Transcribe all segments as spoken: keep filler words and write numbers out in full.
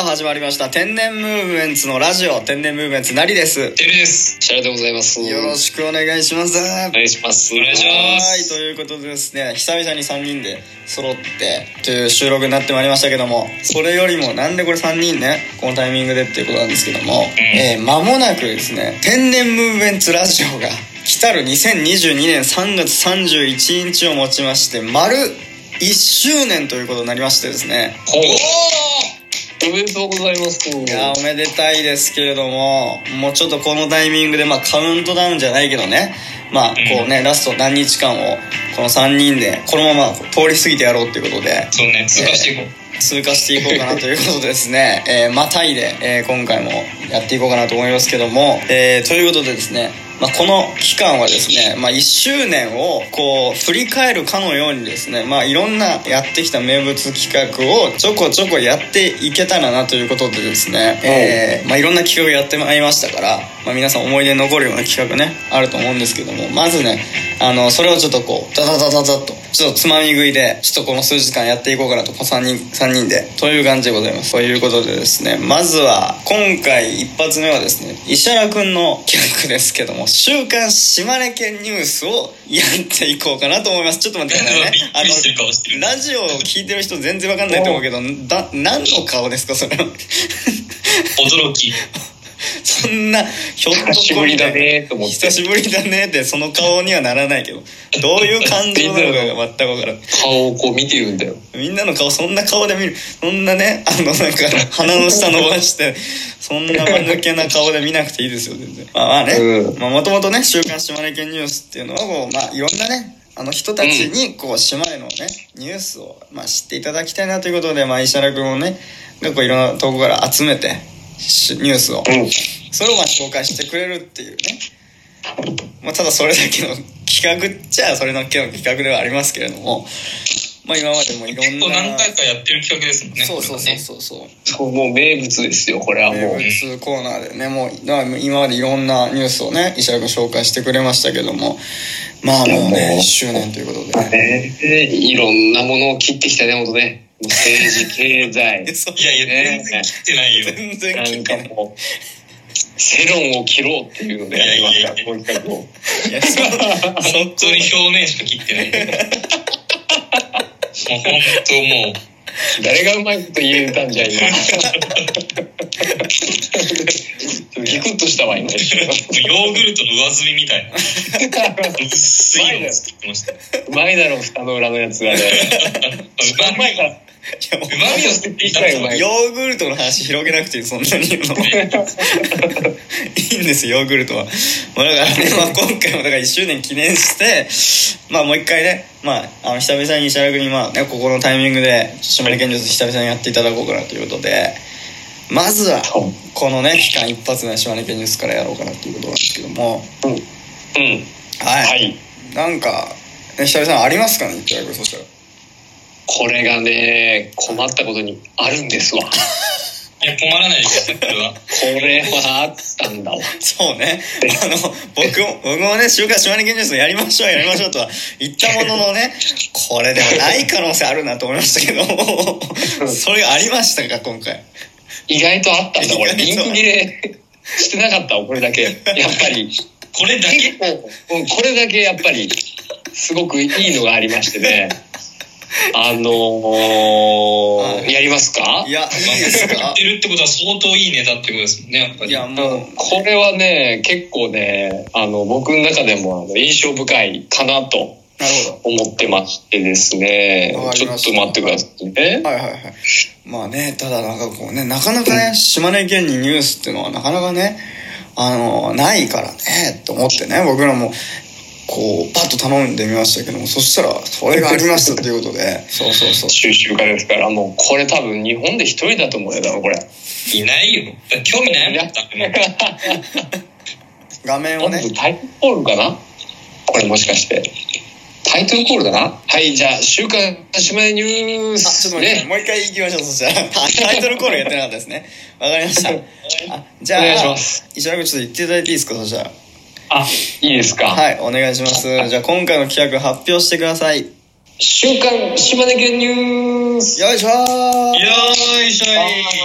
始まりました天然ムーブメンツのラジオ。天然ムーブメンツなりです。 てるです。シャラでございます。 よろしくお願いします。お願いします。お願いします。 はい、ということでですね、久々にさんにんで揃ってという収録になってまいりましたけども、それよりもなんでこれさんにんねこのタイミングでっていうことなんですけども、うん、えー、間もなくですね天然ムーブメンツラジオが来たるにせんにじゅうにねんさんがつさんじゅういちにちをもちまして丸いっしゅうねんということになりましてですね。 ほう、おめでとうございます。 いやおめでたいですけれども、もうちょっとこのタイミングで、まあ、カウントダウンじゃないけどね、まあこうね、ラスト何日間をこのさんにんでこのまま通り過ぎてやろうっていうことで、 そうね、通過していこう、 えー、通過していこうかなということでですね、えー、またいで、えー、今回もやっていこうかなと思いますけども、えー、ということでですね、まあ、この期間はですね、まあ、いっしゅうねんをこう振り返るかのようにですね、まあ、いろんなやってきた名物企画をちょこちょこやっていけたらなということでですね、えーまあ、いろんな企画やってまいりましたから、まあ、皆さん思い出に残るような企画ねあると思うんですけども、まずねあのそれをちょっとこうダダダダダッとちょっとつまみ食いでちょっとこの数時間やっていこうかなと、さんにんさんにんでという感じでございます。ということでですね、まずは今回一発目はですね石原くんの企画ですけども、週刊島根県ニュースをやっていこうかなと思います。ちょっと待ってくださいね。あのラジオを聞いてる人全然わかんないと思うけど、だ何の顔ですかそれは。 驚き。 そんなひょっとこ久しぶりだねと思って、 久しぶりだねってその顔にはならないけど、どういう感情なのかが全く分からん。 顔をこう見てるんだよ。 みんなの顔そんな顔で見る、そんなね、あのなんか鼻の下伸ばしてそんな間抜けな顔で見なくていいですよ全然。まあまあね、うん、まあもともとね週刊島根県ニュースっていうのはこう、まあ、いろんなねあの人たちにこう島根のねニュースを、まあ、知っていただきたいなということで、まあ、石原君をねがこういろんなとこから集めてニュースを、うん、それをまあ紹介してくれるっていうね、まあ、ただそれだけの企画っちゃそれだけの企画ではありますけれども、まあ、今までもいろんな結構何回かやってる企画ですもんね。 そうそうそうそうそう、 そう、もう名物ですよこれは。もう名物コーナーでね、もう今までいろんなニュースをね石原君紹介してくれましたけども、まあもうねいっしゅうねんということでね、 えー、いろんなものを切ってきたね、ほんとね。政治経済いやいや全然切ってないよ。全然切ってない。なんかもう世論を切ろうっていうのでやりますから、こういったこう。いやそ本当に表面しか切ってない。もう本当もう誰がうまいこと言えたんじゃ今。ギクッとしたわ今。ヨーグルトの上澄みみたいな。薄いの作ってました。うまいだろ蓋の裏のやつがね。うまいから。うまみを捨てていたらうまい。 ヨーグルトの話広げなくてそんなに言うの。いいんですよヨーグルトは。まあ、だからね、まあ、今回もだからいっしゅうねん記念してまあもう一回ね、まあ、あの久々に石原君にまあねここのタイミングで島根県ニュース久々にやっていただこうかなということで、まずはこのね期間一発目島根県ニュースからやろうかなということなんですけども、 うん、うん、 はい、 はい、 なんか、ね、久々にありますかね石原君。そしたらこれがね困ったことにあるんですわ。いや困らないですよこれは。これはあったんだわ。 そうね、あの僕も僕もね週刊島根県ニュースやりましょうやりましょうとは言ったもののねこれでもない可能性あるなと思いましたけどそれがありましたか今回。 意外とあったんだこれ。リンク切れしてなかったこれだけやっぱりこれだけ、うん、これだけやっぱりすごくいいのがありましてね。あのー、やりますか？ いや、いいですか？ 言ってるってことは相当いいネタってことですもんね、やっぱり。いや、もう。これはね、結構ね、あの、僕の中でもあの印象深いかなと思ってましてですね。ちょっと待ってくださいね。 はいはいはい。まあね、ただなんかこうね、なかなかね、島根県にニュースっていうのはなかなかね、あの、ないからね、と思ってね、僕らも、こうパッと頼んでみましたけども、そしたらそれがありましたということでそうそうそう収集家ですから、もうこれ多分日本で一人だと思うよ。だろこれいないよ。興味ないんだった画面をねタイトルコールかなこれ、もしかしてタイトルコールだな。はい、じゃあ週刊島根ニュース、 ちょっと待って、ね、もう一回行きましょう。そしたらタイトルコールやってなかったですね。わかりました。あじゃあお願いします。石原君ちょっと言っていただいていいですか。そしたらあ、いいですか。 はい、お願いします。じゃあ今回の企画発表してください。 週刊島根県ニュース。 よいしょー。 よいしょー。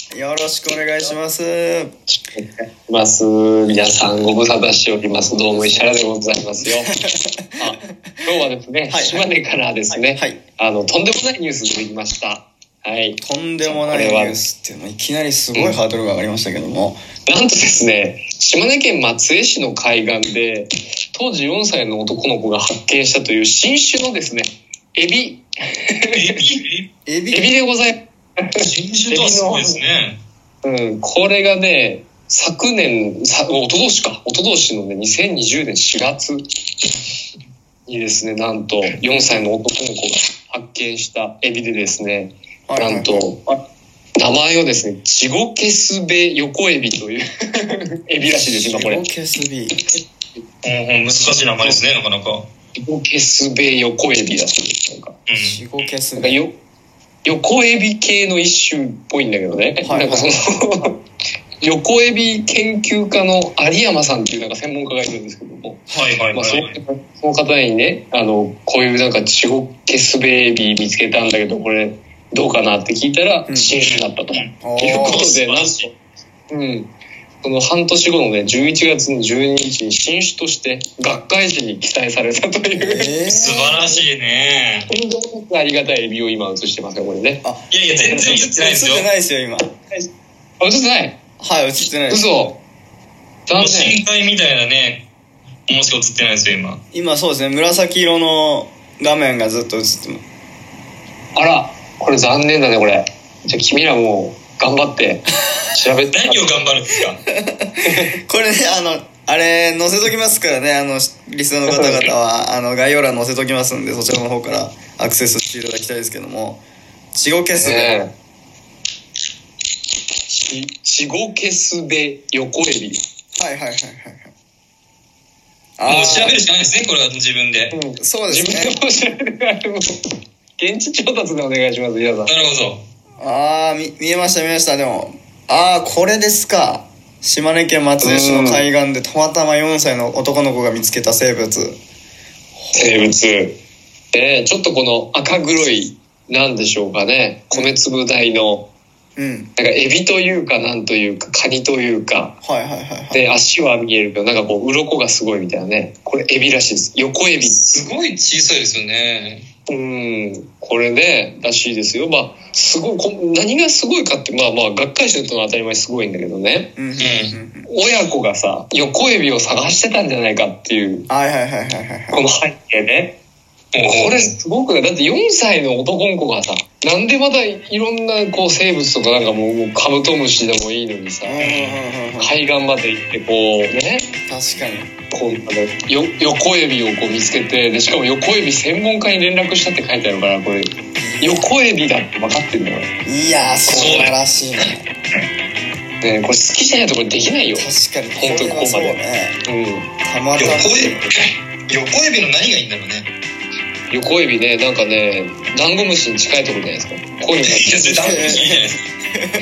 よろしくお願いします。 ます皆さんご無沙汰しております。どうも石原でございますよ。あ、今日はですね、はい、島根からですね、はい、あのとんでもないニュース出てきました。はい、 とんでもないニュースっていうのいきなりすごいハードルが上がりましたけども、 うん、なんとですね、島根県松江市の海岸で当時よんさいの男の子が発見したという新種のですね、エビエビエビエビでございます。 新種とはすごいですね。 うん、これがね、昨年さおととしかおととしのねにせんにじゅうねんしがつにですね、なんとよんさいの男の子が発見したエビでですね、なんと名前をですね、チゴケスベヨコエビというエビらしいです今これ。 チゴケスビ、 うん、難しい名前ですね、なかなか。 チゴケスベヨコエビらしいです。なんか、 うん、チゴケスベヨ横エビ系の一種っぽいんだけどね、はい、なんかその横エビ研究家の有山さんっていうなんか専門家がいるんですけども、 はいはいはい、まあ、そのその方にね、あのこういうなんかチゴケスベエビ見つけたんだけどこれどうかなって聞いたら新種だったと、うん、いうことで、なんと、うん、その半年後のねじゅういちがつのじゅうににちに新種として学会誌に記載されたという、 えー、素晴らしいね。 とんでもなくありがたいエビを今映してますよこれね。 あ、いやいや全然映ってないですよ。 映ってないですよ今。 あ、映ってない。 はい、映ってないです。 嘘。 残念。深海みたいなねものしか映ってないですよ今。 今そうですね、紫色の画面がずっと映ってます。 あら、これ残念だねこれ。じゃあ君らも頑張って調べて何を頑張るんですかこれね、あのあれ載せときますからね、あのリスナーの方々はあの概要欄載せときますんで、そちらの方からアクセスしていただきたいですけども、チゴケスベ、ね、 チ, チゴケスベヨコエビ。 はいはいはいはい。 あ、もう調べるしかないですねこれは自分で、 うん、そうですね、 自分でも調べる現地調達でお願いします皆さん。 なるほど。 ああ、見えました見えました。でもああ、これですか。島根県松江市の海岸でたまたまよんさいの男の子が見つけた生物。 生物、えー、ちょっとこの赤黒いなんでしょうかね、米粒大の、うん、なんかエビというかなんというかカニというか、 はいはいはい、はい、 で足は見えるけどなんかこう鱗がすごいみたいなね。これエビらしいです。横エビ。 すごい小さいですよね。 うん、これねらしいですよ。まあすごいこ何がすごいかって、まあまあ学会誌のとの当たり前すごいんだけどね、うんうんうん、親子がさ横エビを探してたんじゃないかっていうこの背景ね。これすごくね、だってよんさいの男の子がさ、なんでまたいろんなこう生物とかなんかもう、もうカブトムシでもいいのにさ、海岸まで行ってこうね、 確かにこうあのよ横エビをこう見つけて、でしかも横エビ専門家に連絡したって書いてあるから、これ横エビだって分かってるんだから。 いやー素晴らしいね。 ね、これ好きじゃないとこれできないよ。 確かに本当にここまで。 ね、 うん。 たまたま横エビ、横エビの何がいいんだろうね。 横エビね、なんかね、ダンゴムシに近いところじゃないですか。こういうの。いや、ダンゴムシじゃないですか。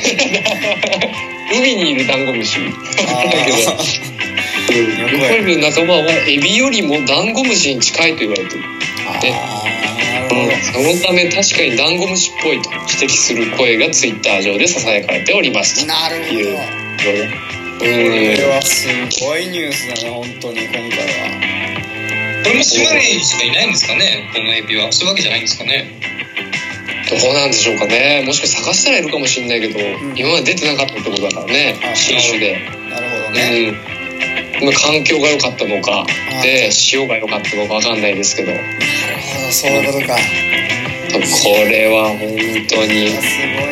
海にいるダンゴムシ。だけど、横エビの仲間はエビよりもダンゴムシに近いと言われてる。で、うん、そのため確かにダンゴムシっぽいと指摘する声がツイッター上で囁かれておりますと。 なるほど。これはすごいニュースだね、本当に今回は。 これも島根にしかいないんですかね、このエビは。そういうわけじゃないんですかね。 どうなんでしょうかね。もしかして探したらいるかもしれないけど、うん、今まで出てなかったってことだからね、新種で。 なるほどね。 うん、環境が良かったのかで塩が良かったのか分かんないですけど。なるほど、そういうことか。 これは本当にすご